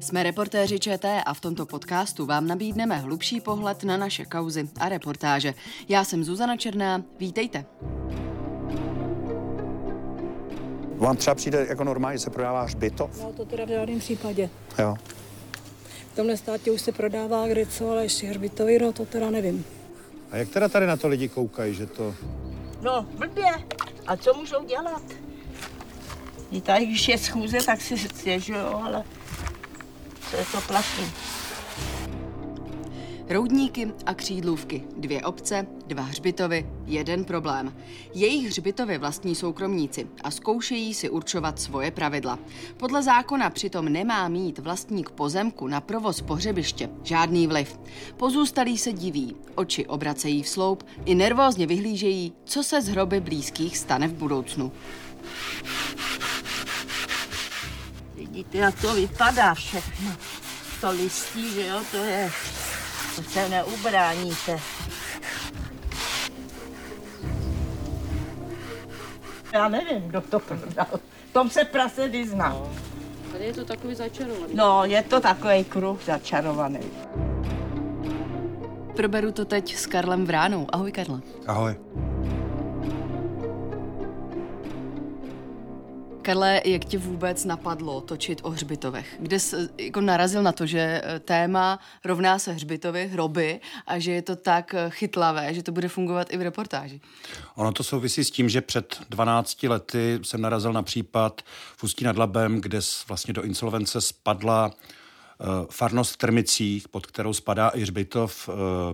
Jsme reportéři ČT a v tomto podcastu vám nabídneme hlubší pohled na naše kauzy a reportáže. Já jsem Zuzana Černá, vítejte. Vám třeba přijde jako normálně, že se prodává hřbitov? No to teda v žádném případě. Jo. V tomhle státě už se prodává kde co, ale ještě hřbitový, no to teda nevím. A jak teda tady na to lidi koukají, že to... No, blbě. A co můžou dělat? I tady, když je schůze, tak si stěžujou, ale co je to platí. Roudníky a Křídlůvky. 2 obce, 2 hřbitovy, 1 problém. Jejich hřbitovy vlastní soukromníci a zkoušejí si určovat svoje pravidla. Podle zákona přitom nemá mít vlastník pozemku na provoz pohřebiště žádný vliv. Pozůstalí se diví, oči obracejí v sloup i nervózně vyhlížejí, co se z hroby blízkých stane v budoucnu. Vidíte, jak to vypadá všechno. To listí, že jo, to se neubráníte. Já nevím, kdo to prodal. V tom se prase vyzná. No. Tady je to takový začarovaný. No, je to takový kruh začarovaný. Proberu to teď s Karlem Vránou. Ahoj, Karle. Ahoj. Karle, jak tě vůbec napadlo točit o hřbitovech? Kde jsi jako narazil na to, že téma rovná se hřbitovy, hroby a že je to tak chytlavé, že to bude fungovat i v reportáži? Ono to souvisí s tím, že před 12 lety jsem narazil na případ v Ústí nad Labem, kde vlastně do insolvence spadla farnost v Trmicích, pod kterou spadá i hřbitov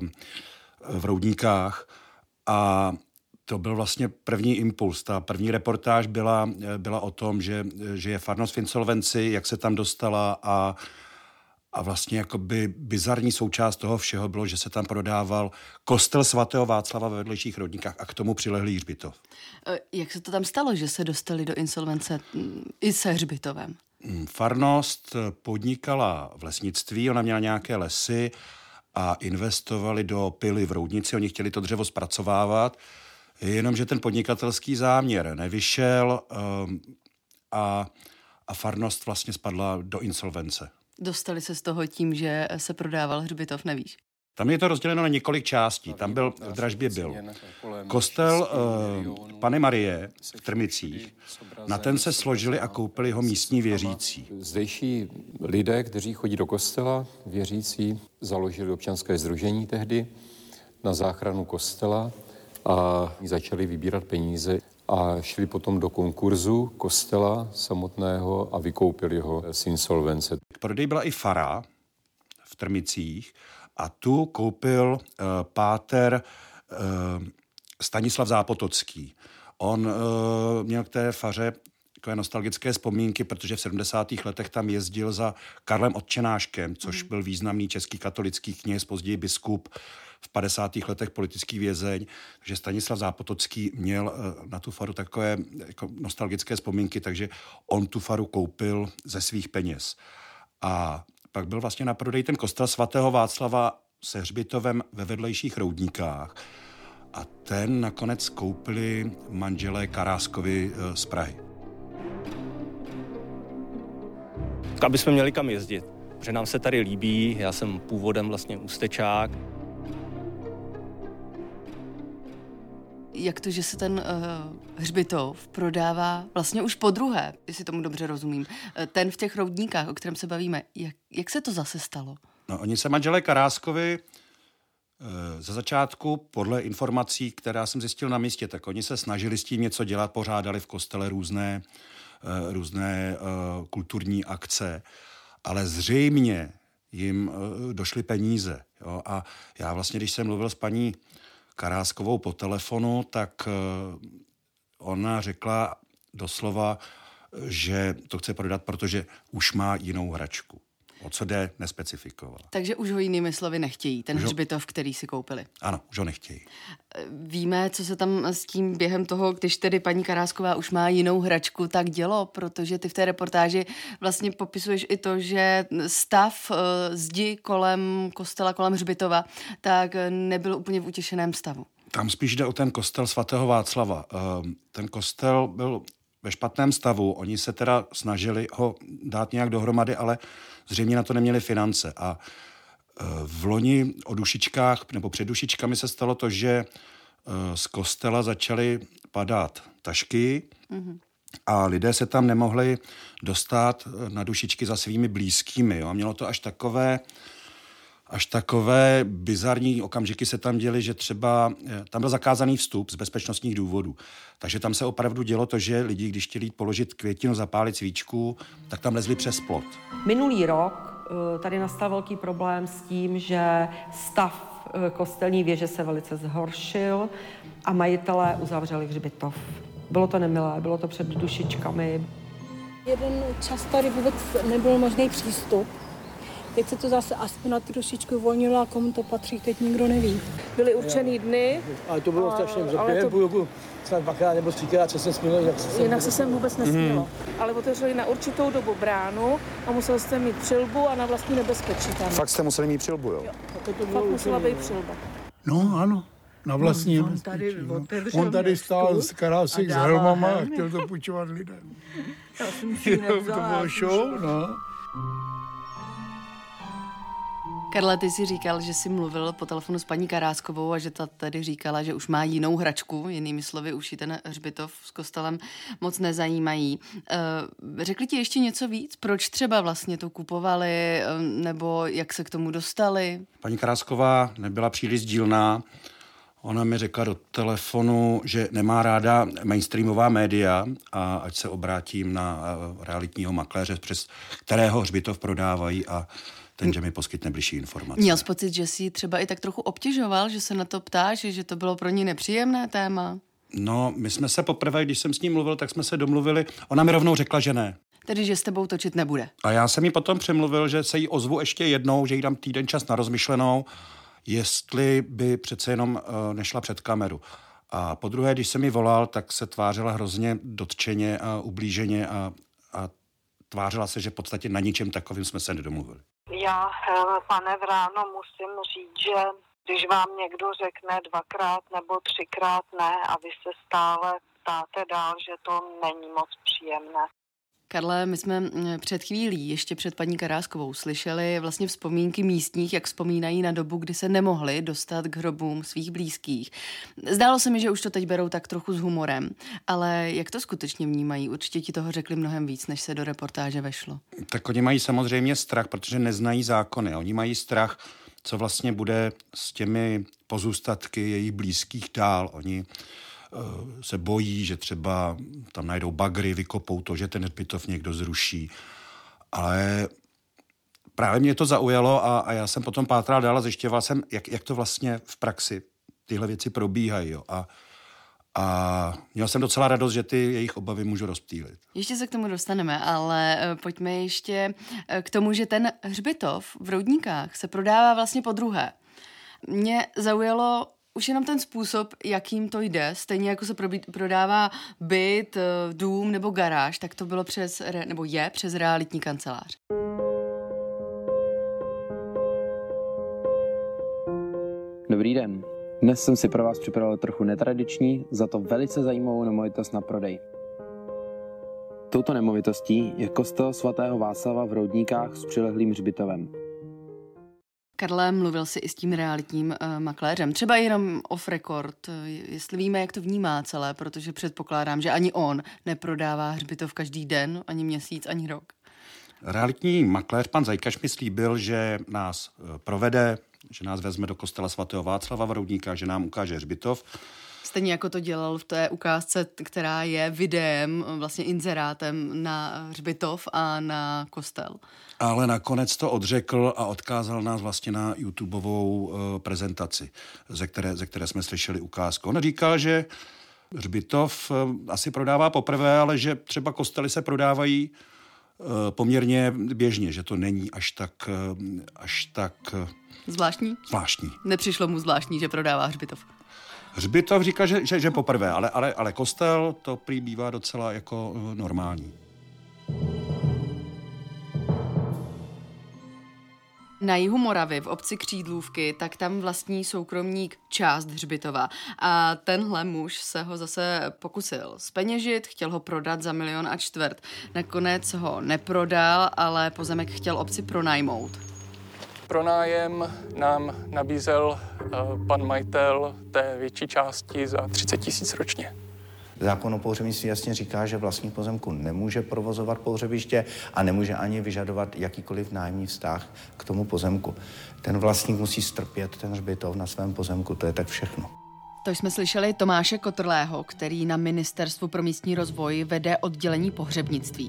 v Roudníkách. A to byl vlastně první impuls. Ta první reportáž byla o tom, že je farnost v insolvenci, jak se tam dostala a vlastně jakoby bizarní součást toho všeho bylo, že se tam prodával kostel svatého Václava ve vedlejších Roudníkách a k tomu přilehlý hřbitov. Jak se to tam stalo, že se dostali do insolvence i se hřbitovem? Farnost podnikala v lesnictví, ona měla nějaké lesy a investovali do pily v Roudnici, oni chtěli to dřevo zpracovávat, jenomže ten podnikatelský záměr nevyšel a farnost vlastně spadla do insolvence. Dostali se z toho tím, že se prodával hřbitov, nevíš? Tam je to rozděleno na několik částí. Tam byl, v dražbě byl kostel Panny Marie v Trmicích. Na ten se složili a koupili ho místní věřící. Zdejší lidé, kteří chodí do kostela, věřící, založili občanské sdružení tehdy na záchranu kostela a začali vybírat peníze a šli potom do konkurzu kostela samotného a vykoupili ho z insolvence. K prodeji byla i fara v Trmicích a tu koupil páter Stanislav Zápotocký. On měl k té faře takové nostalgické vzpomínky, protože v 70. letech tam jezdil za Karlem Otčenáškem, což byl významný český katolický kněz, později biskup, v 50. letech politický vězeň, takže Stanislav Zápotocký měl na tu faru takové jako nostalgické vzpomínky, takže on tu faru koupil ze svých peněz. A pak byl vlastně na prodej ten kostel svatého Václava se hřbitovem ve vedlejších Roudníkách a ten nakonec koupili manželé Karáskovi z Prahy. Aby jsme měli kam jezdit, protože nám se tady líbí, já jsem původem vlastně Ústečák. Jak to, že se ten hřbitov prodává vlastně už podruhé, jestli tomu dobře rozumím. Ten v těch Roudníkách, o kterém se bavíme, jak se to zase stalo? No, oni se manželé Karáskovi za začátku, podle informací, která jsem zjistil na místě, tak oni se snažili s tím něco dělat, pořádali v kostele různé kulturní akce, ale zřejmě jim došly peníze. Jo? A já vlastně, když jsem mluvil s paní Karáskovou po telefonu, tak ona řekla doslova, že to chce prodat, protože už má jinou hračku. O co jde, nespecifikovala. Takže už ho jinými slovy nechtějí, ten hřbitov, který si koupili. Ano, už ho nechtějí. Víme, co se tam s tím během toho, když tedy paní Karásková už má jinou hračku, tak dělo, protože ty v té reportáži vlastně popisuješ i to, že stav zdi kolem kostela, kolem hřbitova, tak nebyl úplně v utěšeném stavu. Tam spíš jde o ten kostel svatého Václava. Ten kostel byl ve špatném stavu. Oni se teda snažili ho dát nějak dohromady, ale zřejmě na to neměli finance. A v loni o dušičkách nebo před dušičkami se stalo to, že z kostela začaly padat tašky a lidé se tam nemohli dostat na dušičky za svými blízkými. Jo. A mělo to až takové bizarní okamžiky se tam děly, že třeba tam byl zakázaný vstup z bezpečnostních důvodů. Takže tam se opravdu dělo to, že lidi, když chtěli položit květinu, zapálit svíčku, tak tam lezli přes plot. Minulý rok tady nastal velký problém s tím, že stav kostelní věže se velice zhoršil a majitelé uzavřeli hřbitov. Bylo to nemilé, bylo to před dušičkami. Jeden čas tady vůbec nebyl možný přístup. Teď se to zase aspoň na ty dušičku uvolnilo a komu to patří, teď nikdo neví. Byly určený dny. Ale to bylo strašně, že během půl roku snad dvakrát nebo třikrát, co se smělo. Jinak se vůbec nesmělo. Ale otevřeli na určitou dobu bránu a musel jste mít přilbu a na vlastní nebezpečí tam. Fakt jste museli mít přilbu, jo? Fakt musela být přilba. No ano, na vlastní nebezpečí. On tady stál z karásek s helmama a chtěl to půjčovat lidem. Já jsem si to bylo show, no. Karle, ty jsi říkal, že jsi mluvil po telefonu s paní Karáskovou a že ta tady říkala, že už má jinou hračku, jinými slovy už ji ten hřbitov s kostelem moc nezajímají. Řekli ti ještě něco víc? Proč třeba vlastně to kupovali nebo jak se k tomu dostali? Paní Karásková nebyla příliš sdílná. Ona mi řekla do telefonu, že nemá ráda mainstreamová média a ať se obrátím na realitního makléře, přes kterého hřbitov prodávají a ten, že mi poskytne bližší informace. Měl jsi pocit, že jsi třeba i tak trochu obtěžoval, že se na to ptáš, že to bylo pro ní nepříjemné téma? No, my jsme se poprvé, když jsem s ní mluvil, tak jsme se domluvili. Ona mi rovnou řekla, že ne. Tedy, že s tebou točit nebude. A já jsem jí potom přemluvil, že se jí ozvu ještě jednou, že jí dám týden čas na rozmyšlenou, jestli by přece jenom nešla před kameru. A podruhé, když jsem jí volal, tak se tvářila hrozně dotčeně a ublíženě a tvářila se, že v podstatě na ničem takovým jsme se nedomluvili. Já, pane Vráno, musím říct, že když vám někdo řekne dvakrát nebo třikrát ne a vy se stále ptáte dál, že to není moc příjemné. Karle, my jsme před chvílí, ještě před paní Karáskovou, slyšeli vlastně vzpomínky místních, jak vzpomínají na dobu, kdy se nemohli dostat k hrobům svých blízkých. Zdálo se mi, že už to teď berou tak trochu s humorem, ale jak to skutečně vnímají? Určitě ti toho řekli mnohem víc, než se do reportáže vešlo. Tak oni mají samozřejmě strach, protože neznají zákony. Oni mají strach, co vlastně bude s těmi pozůstatky jejich blízkých dál. Oni se bojí, že třeba tam najdou bagry, vykopou to, že ten hřbitov někdo zruší. Ale právě mě to zaujalo a já jsem potom pátral dál a zjišťoval jsem, jak to vlastně v praxi tyhle věci probíhají. Jo. A měl jsem docela radost, že ty jejich obavy můžu rozptýlit. Ještě se k tomu dostaneme, ale pojďme ještě k tomu, že ten hřbitov v Roudníkách se prodává vlastně podruhé. Mě zaujalo už jenom ten způsob, jakým to jde, stejně jako se prodává byt, dům nebo garáž, tak to bylo je přes realitní kancelář. Dobrý den. Dnes jsem si pro vás připravil trochu netradiční, za to velice zajímavou nemovitost na prodej. Touto nemovitostí je kostel svatého Václava v Roudníkách s přilehlým hřbitovem. Karle, mluvil jsi i s tím realitním makléřem. Třeba jenom off record, jestli víme, jak to vnímá celé, protože předpokládám, že ani on neprodává hřbitov každý den, ani měsíc, ani rok. Realitní makléř, pan Zajkaš, mi slíbil, že nás provede, že nás vezme do kostela svatého Václava v Roudníkách, že nám ukáže hřbitov. Stejně jako to dělal v té ukázce, která je videem, vlastně inzerátem na hřbitov a na kostel. Ale nakonec to odřekl a odkázal nás vlastně na YouTubeovou prezentaci, ze které jsme slyšeli ukázku. On říkal, že hřbitov asi prodává poprvé, ale že třeba kostely se prodávají poměrně běžně, že to není až tak Zvláštní? Zvláštní. Nepřišlo mu zvláštní, že prodává hřbitov? Hřbitov říká, že poprvé, ale kostel to prý bývá docela jako normální. Na jihu Moravy v obci Křídlůvky, tak tam vlastní soukromník část hřbitova a tenhle muž se ho zase pokusil zpeněžit, chtěl ho prodat za 1,25 milionu. Nakonec ho neprodal, ale pozemek chtěl obci pronajmout. Pronájem nám nabízel pan majitel té větší části za 30 000 ročně. Zákon o pohřebnictví jasně říká, že vlastník pozemku nemůže provozovat pohřebiště a nemůže ani vyžadovat jakýkoliv nájemní vztah k tomu pozemku. Ten vlastník musí strpět ten hřbitov na svém pozemku, to je tak všechno. To jsme slyšeli Tomáše Kotrlého, který na Ministerstvu pro místní rozvoj vede oddělení pohřebnictví.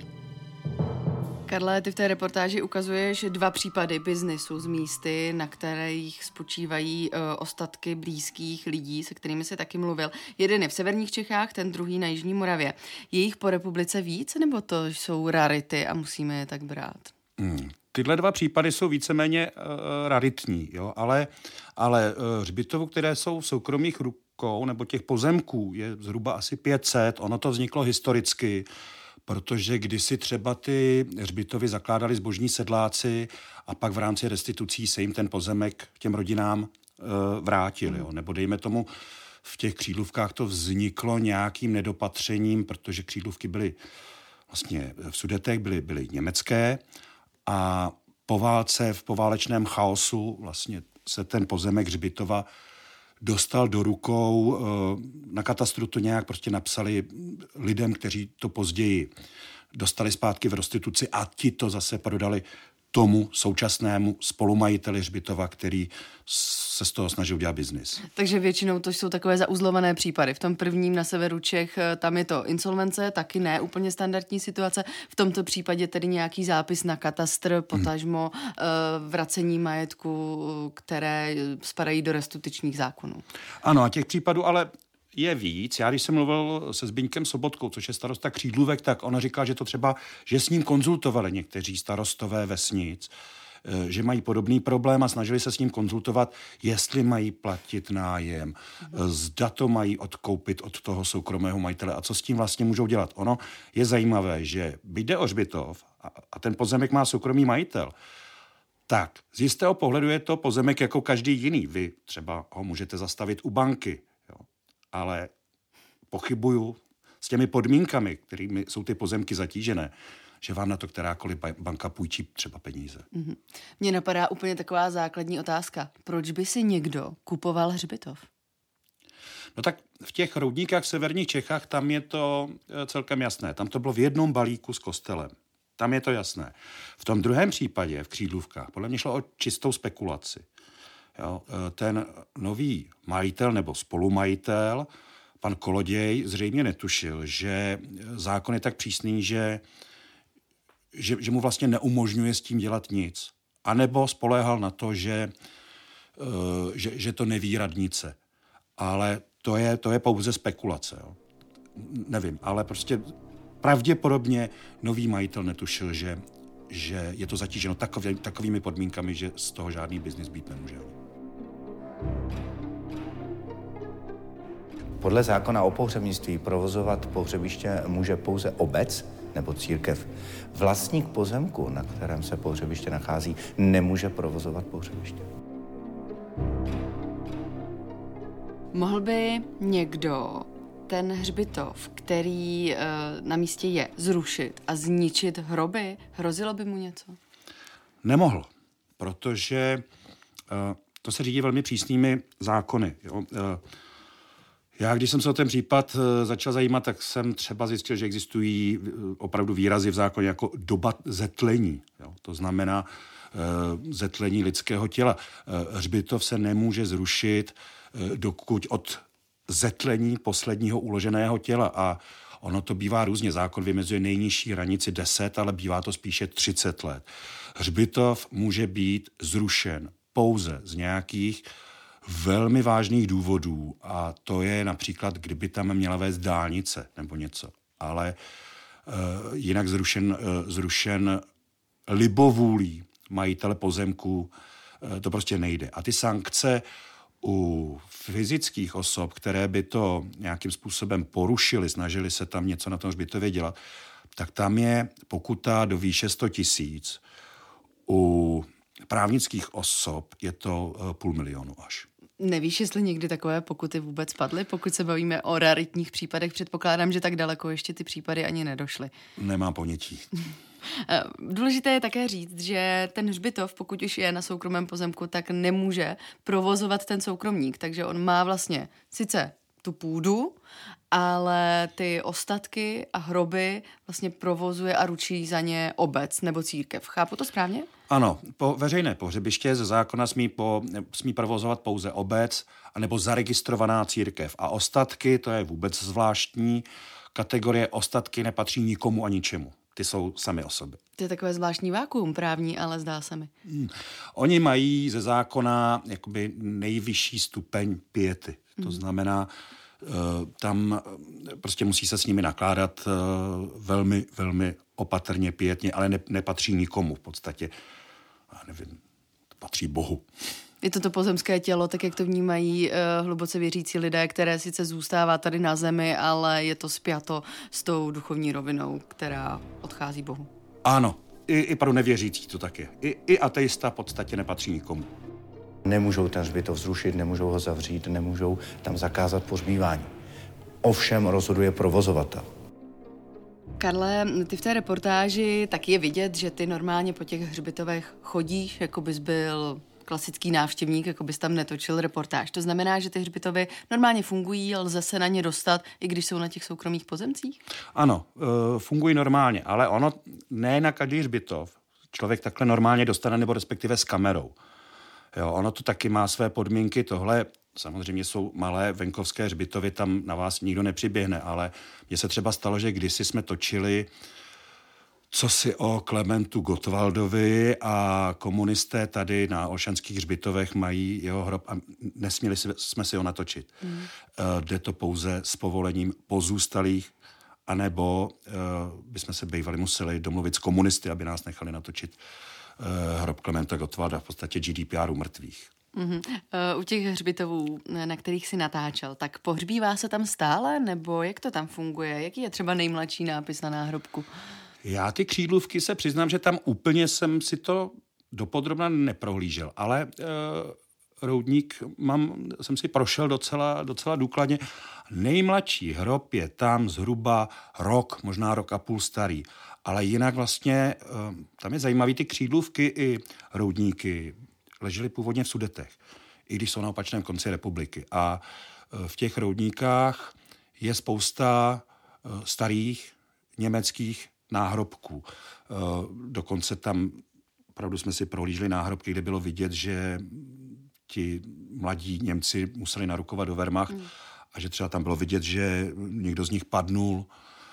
Karle, ty v té reportáži ukazuješ 2 případy biznisu z místy, na kterých spočívají ostatky blízkých lidí, se kterými se taky mluvil. Jeden je v severních Čechách, ten druhý na jižní Moravě. Je jich po republice víc, nebo to jsou rarity a musíme je tak brát? Tyhle 2 případy jsou víceméně raritní, jo? ale hřbitovů, které jsou v soukromých rukou, nebo těch pozemků, je zhruba asi 500. Ono to vzniklo historicky, protože kdysi třeba ty hřbitovy zakládali zbožní sedláci a pak v rámci restitucí se jim ten pozemek těm rodinám vrátil. Jo? Nebo dejme tomu, v těch Křídlůvkách to vzniklo nějakým nedopatřením, protože Křídlůvky byly vlastně v Sudetech, byly německé a po válce, v poválečném chaosu vlastně se ten pozemek hřbitova dostal do rukou, na katastru to nějak prostě napsali lidem, kteří to později dostali zpátky v restituci a ti to zase prodali tomu současnému spolumajiteli hřbitova, který se z toho snažil udělat biznis. Takže většinou to jsou takové zauzlované případy. V tom prvním na severu Čech tam je to insolvence, taky ne úplně standardní situace. V tomto případě tedy nějaký zápis na katastr, potažmo vracení majetku, které spadají do restitučních zákonů. Ano, a těch případů ale je víc. Já když jsem mluvil se Zbyňkem Sobotkou, což je starosta Křídlůvek, tak on říkal, že to třeba, že s ním konzultovali někteří starostové vesnic, že mají podobný problém a snažili se s ním konzultovat, jestli mají platit nájem, zda to mají odkoupit od toho soukromého majitele a co s tím vlastně můžou dělat. Ono je zajímavé, že jde o hřbitov a ten pozemek má soukromý majitel, tak z jistého pohledu je to pozemek jako každý jiný. Vy třeba ho můžete zastavit u banky, ale pochybuju s těmi podmínkami, kterými jsou ty pozemky zatížené, že vám na to kterákoliv banka půjčí třeba peníze. Mně napadá úplně taková základní otázka. Proč by si někdo kupoval hřbitov? No tak v těch Roudníkách v severních Čechách tam je to celkem jasné. Tam to bylo v jednom balíku s kostelem. Tam je to jasné. V tom druhém případě v Křídlůvkách podle mě šlo o čistou spekulaci. Jo, ten nový majitel nebo spolumajitel, pan Koloděj, zřejmě netušil, že zákon je tak přísný, že mu vlastně neumožňuje s tím dělat nic. A nebo spoléhal na to, že to neví radnice. Ale to je pouze spekulace. Jo. Nevím, ale prostě pravděpodobně nový majitel netušil, že je to zatíženo takovými podmínkami, že z toho žádný biznis být nemůže. Podle zákona o pohřebnictví provozovat pohřebiště může pouze obec nebo církev. Vlastník pozemku, na kterém se pohřebiště nachází, nemůže provozovat pohřebiště. Mohl by někdo ten hřbitov, který na místě je, zrušit a zničit hroby? Hrozilo by mu něco? Nemohl, protože to se řídí velmi přísnými zákony. Jo. Já, když jsem se o ten případ začal zajímat, tak jsem třeba zjistil, že existují opravdu výrazy v zákoně jako doba zetlení. Jo. To znamená zetlení lidského těla. Hřbitov se nemůže zrušit, dokud od zetlení posledního uloženého těla. A ono to bývá různě. Zákon vymezuje nejnižší hranici 10, ale bývá to spíše 30 let. Hřbitov může být zrušen pouze z nějakých velmi vážných důvodů a to je například, kdyby tam měla vést dálnice nebo něco. Ale jinak zrušen libovůlí majitele pozemku to prostě nejde. A ty sankce u fyzických osob, které by to nějakým způsobem porušily, snažili se tam něco na tom hřbitově dělat, tak tam je pokuta do výše 100 000. U právnických osob je to 500 000 až. Nevíš, jestli někdy takové pokuty vůbec padly? Pokud se bavíme o raritních případech, předpokládám, že tak daleko ještě ty případy ani nedošly. Nemám ponětí. Důležité je také říct, že ten hřbitov, pokud už je na soukromém pozemku, tak nemůže provozovat ten soukromník. Takže on má vlastně sice tu půdu, ale ty ostatky a hroby vlastně provozuje a ručí za ně obec nebo církev. Chápu to správně? Ano, veřejné pohřebiště ze zákona smí provozovat pouze obec anebo zaregistrovaná církev. A ostatky, to je vůbec zvláštní kategorie, ostatky nepatří nikomu a ničemu. Ty jsou sami o sobě. To je takové zvláštní vákuum právní, ale zdá se mi. Oni mají ze zákona jakoby nejvyšší stupeň piety. To znamená, tam prostě musí se s nimi nakládat velmi, velmi opatrně, pietně, ale nepatří nikomu v podstatě. Já nevím, to patří Bohu. Je to pozemské tělo, tak jak to vnímají hluboce věřící lidé, které sice zůstává tady na zemi, ale je to spjato s tou duchovní rovinou, která odchází Bohu. Ano, i pro nevěřící to tak je. I ateista v podstatě nepatří nikomu. Nemůžou ten hřbitov zrušit, nemůžou ho zavřít, nemůžou tam zakázat pohřbívání. Ovšem rozhoduje provozovatel. Karle, ty v té reportáži taky je vidět, že ty normálně po těch hřbitovech chodíš, jako bys byl klasický návštěvník, jako bys tam netočil reportáž. To znamená, že ty hřbitovy normálně fungují, lze se na ně dostat, i když jsou na těch soukromých pozemcích? Ano, fungují normálně, ale ono ne na každý hřbitov člověk takhle normálně dostane, nebo respektive s kamerou. Jo, ono to taky má své podmínky, tohle samozřejmě jsou malé venkovské hřbitovy, tam na vás nikdo nepřiběhne, ale mně se třeba stalo, že kdysi jsme točili cosi o Klementu Gottwaldovi a komunisté tady na Olšanských hřbitovech mají jeho hrob a nesměli jsme si ho natočit. Jde to pouze s povolením pozůstalých, anebo bychom se bývali museli domluvit s komunisty, aby nás nechali natočit hrob Klementa Gottwalda, v podstatě GDPR mrtvých. U těch hřbitovů, na kterých si natáčel, tak pohřbívá se tam stále, nebo jak to tam funguje? Jaký je třeba nejmladší nápis na náhrobku? Já ty křídlůvky se přiznám, že tam úplně jsem si to dopodrobna neprohlížel, ale roudník jsem si prošel docela důkladně. Nejmladší hrob je tam zhruba rok, možná rok a půl starý. Ale jinak vlastně tam je zajímavý, ty křídlůvky i roudníky ležely původně v Sudetech, i když jsou na opačném konci republiky. A v těch roudníkách je spousta starých německých náhrobků. Dokonce tam opravdu jsme si prohlíželi náhrobky, kde bylo vidět, že ti mladí Němci museli narukovat do Wehrmacht a že třeba tam bylo vidět, že někdo z nich padnul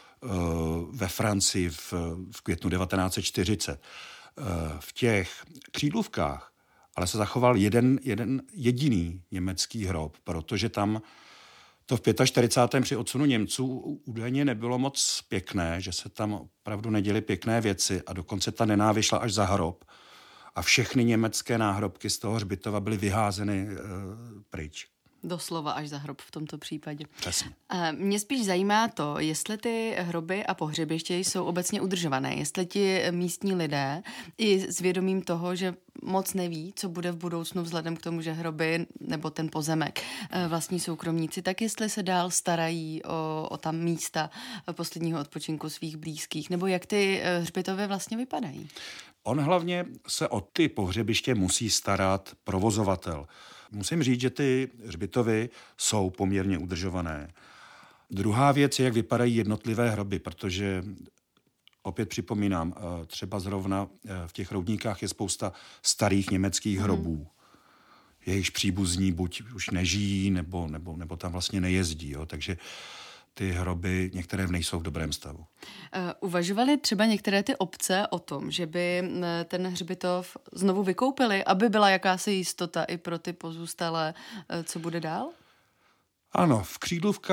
ve Francii v květnu 1940. V těch křídlůvkách ale se zachoval jeden jediný německý hrob, protože tam to v 45. při odsunu Němců údajně nebylo moc pěkné, že se tam opravdu neděly pěkné věci a dokonce ta nenáviсть šla až za hrob a všechny německé náhrobky z toho hřbitova byly vyházeny pryč. Doslova až za hrob v tomto případě. Přesně. Mě spíš zajímá to, jestli ty hroby a pohřebiště jsou obecně udržované, jestli ti místní lidé i s vědomím toho, že moc neví, co bude v budoucnu vzhledem k tomu, že hroby nebo ten pozemek vlastní soukromníci, tak jestli se dál starají o tam místa posledního odpočinku svých blízkých, nebo jak ty hřbitovy vlastně vypadají? On hlavně se o ty pohřebiště musí starat provozovatel. Musím říct, že ty hřbitovy jsou poměrně udržované. Druhá věc je, jak vypadají jednotlivé hroby, protože opět připomínám, třeba zrovna v těch roudníkách je spousta starých německých hrobů. Jejichž příbuzní buď už nežijí, nebo tam vlastně nejezdí. Jo? Takže ty hroby některé nejsou v dobrém stavu. Uvažovaly třeba některé ty obce o tom, že by ten hřbitov znovu vykoupili, aby byla jakási jistota i pro ty pozůstalé, co bude dál? Ano, v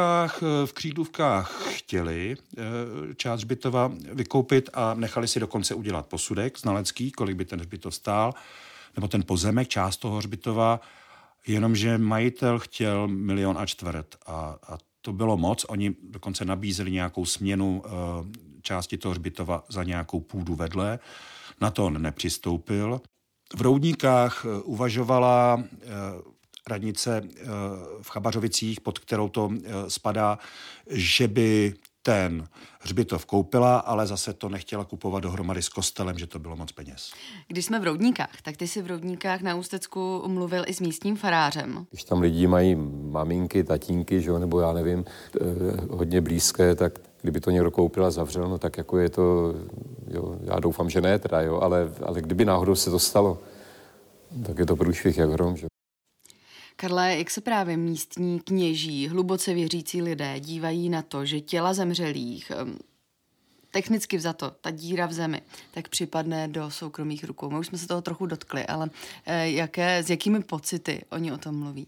křídlůvkách chtěli část hřbitova vykoupit a nechali si dokonce udělat posudek znalecký, kolik by ten hřbitov stál, nebo ten pozemek, část toho hřbitova, jenomže majitel chtěl 1,25 milionu a to bylo moc. Oni dokonce nabízeli nějakou směnu části toho hřbitova za nějakou půdu vedle. Na to on nepřistoupil. V Roudníkách uvažovala radnice v Chabařovicích, pod kterou to spadá, že by ten hřbitov koupila, ale zase to nechtěla kupovat dohromady s kostelem, že to bylo moc peněz. Když jsme v Roudníkách, tak ty si v Roudníkách na Ústecku mluvil i s místním farářem. Když tam lidi mají maminky, tatínky, že, nebo já nevím, hodně blízké, tak kdyby to někdo koupil a zavřel, no tak jako je to, jo, já doufám, že ne teda, jo, ale kdyby náhodou se to stalo, tak je to průšvih jak hrom, že. Karle, jak se právě místní kněží, hluboce věřící lidé dívají na to, že těla zemřelých, technicky vzato, ta díra v zemi, tak připadne do soukromých rukou. My už jsme se toho trochu dotkli, ale s jakými pocity oni o tom mluví?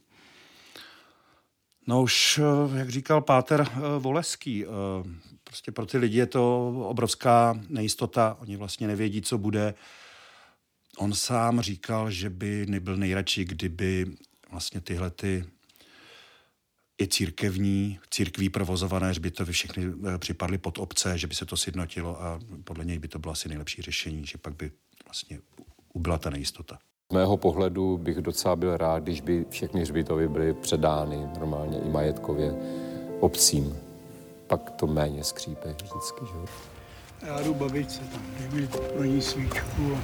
No už, jak říkal páter Voleský, prostě pro ty lidi je to obrovská nejistota, oni vlastně nevědí, co bude. On sám říkal, že by nebyl nejradši, kdyby vlastně tyhle i církví provozované hřbitovy všechny připadly pod obce, že by se to sjednotilo a podle něj by to bylo asi nejlepší řešení, že pak by vlastně ubyla ta nejistota. Z mého pohledu bych docela byl rád, když by všechny hřbitovy byly předány normálně i majetkově obcím. Pak to méně skřípe vždycky, že? Já jdu babičce tam, dej mi pro ní svíčku.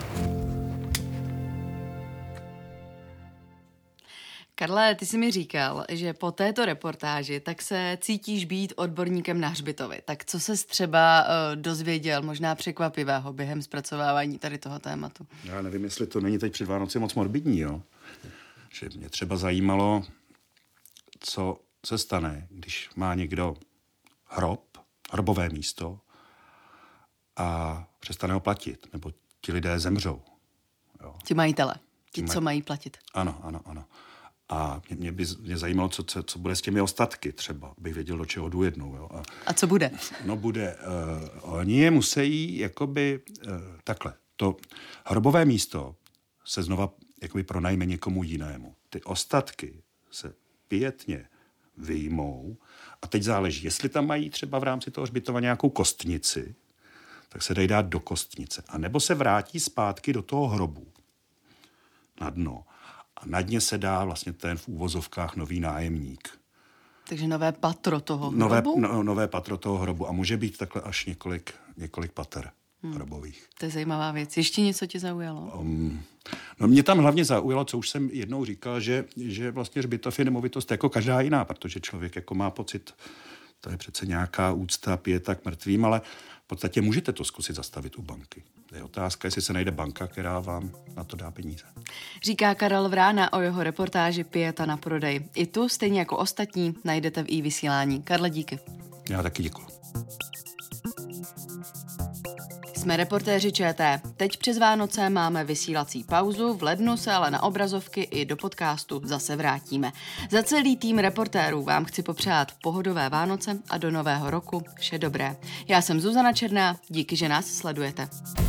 Karle, ty jsi mi říkal, že po této reportáži tak se cítíš být odborníkem na hřbitovy. Tak co ses třeba dozvěděl, možná překvapivého během zpracovávání tady toho tématu? Já nevím, jestli to není teď před Vánoci moc morbidní, jo? Že mě třeba zajímalo, co se stane, když má někdo hrobové místo a přestane ho platit, nebo ti lidé zemřou. Jo? Ti majitele, co mají platit. Ano. A mě zajímalo, co bude s těmi ostatky třeba, abych věděl, do čeho jdu jednou. Jo. A co bude? No bude. Oni je musí jakoby takhle. To hrobové místo se znova jakoby pronajme někomu jinému. Ty ostatky se pětně vyjmou a teď záleží, jestli tam mají třeba v rámci toho hřbitova nějakou kostnici, tak se dají dát do kostnice. A nebo se vrátí zpátky do toho hrobu na dno. A na dně se dá vlastně ten v úvozovkách nový nájemník. Takže nové patro toho hrobu? Nové patro toho hrobu. A může být takhle až několik pater hrobových. To je zajímavá věc. Ještě něco tě zaujalo? No mě tam hlavně zaujalo, co už jsem jednou říkal, že vlastně hřbitov je nemovitost jako každá jiná, protože člověk jako má pocit, to je přece nějaká úcta, pieta k mrtvým, ale v podstatě můžete to zkusit zastavit u banky. Je otázka, jestli se najde banka, která vám na to dá peníze. Říká Karel Vrána o jeho reportáži Pieta na prodej. I tu, stejně jako ostatní, najdete v iVysílání. Karle, díky. Já taky děkuji. Jsme reportéři ČT. Teď přes Vánoce máme vysílací pauzu, v lednu se ale na obrazovky i do podcastu zase vrátíme. Za celý tým reportérů vám chci popřát pohodové Vánoce a do nového roku vše dobré. Já jsem Zuzana Černá, díky, že nás sledujete.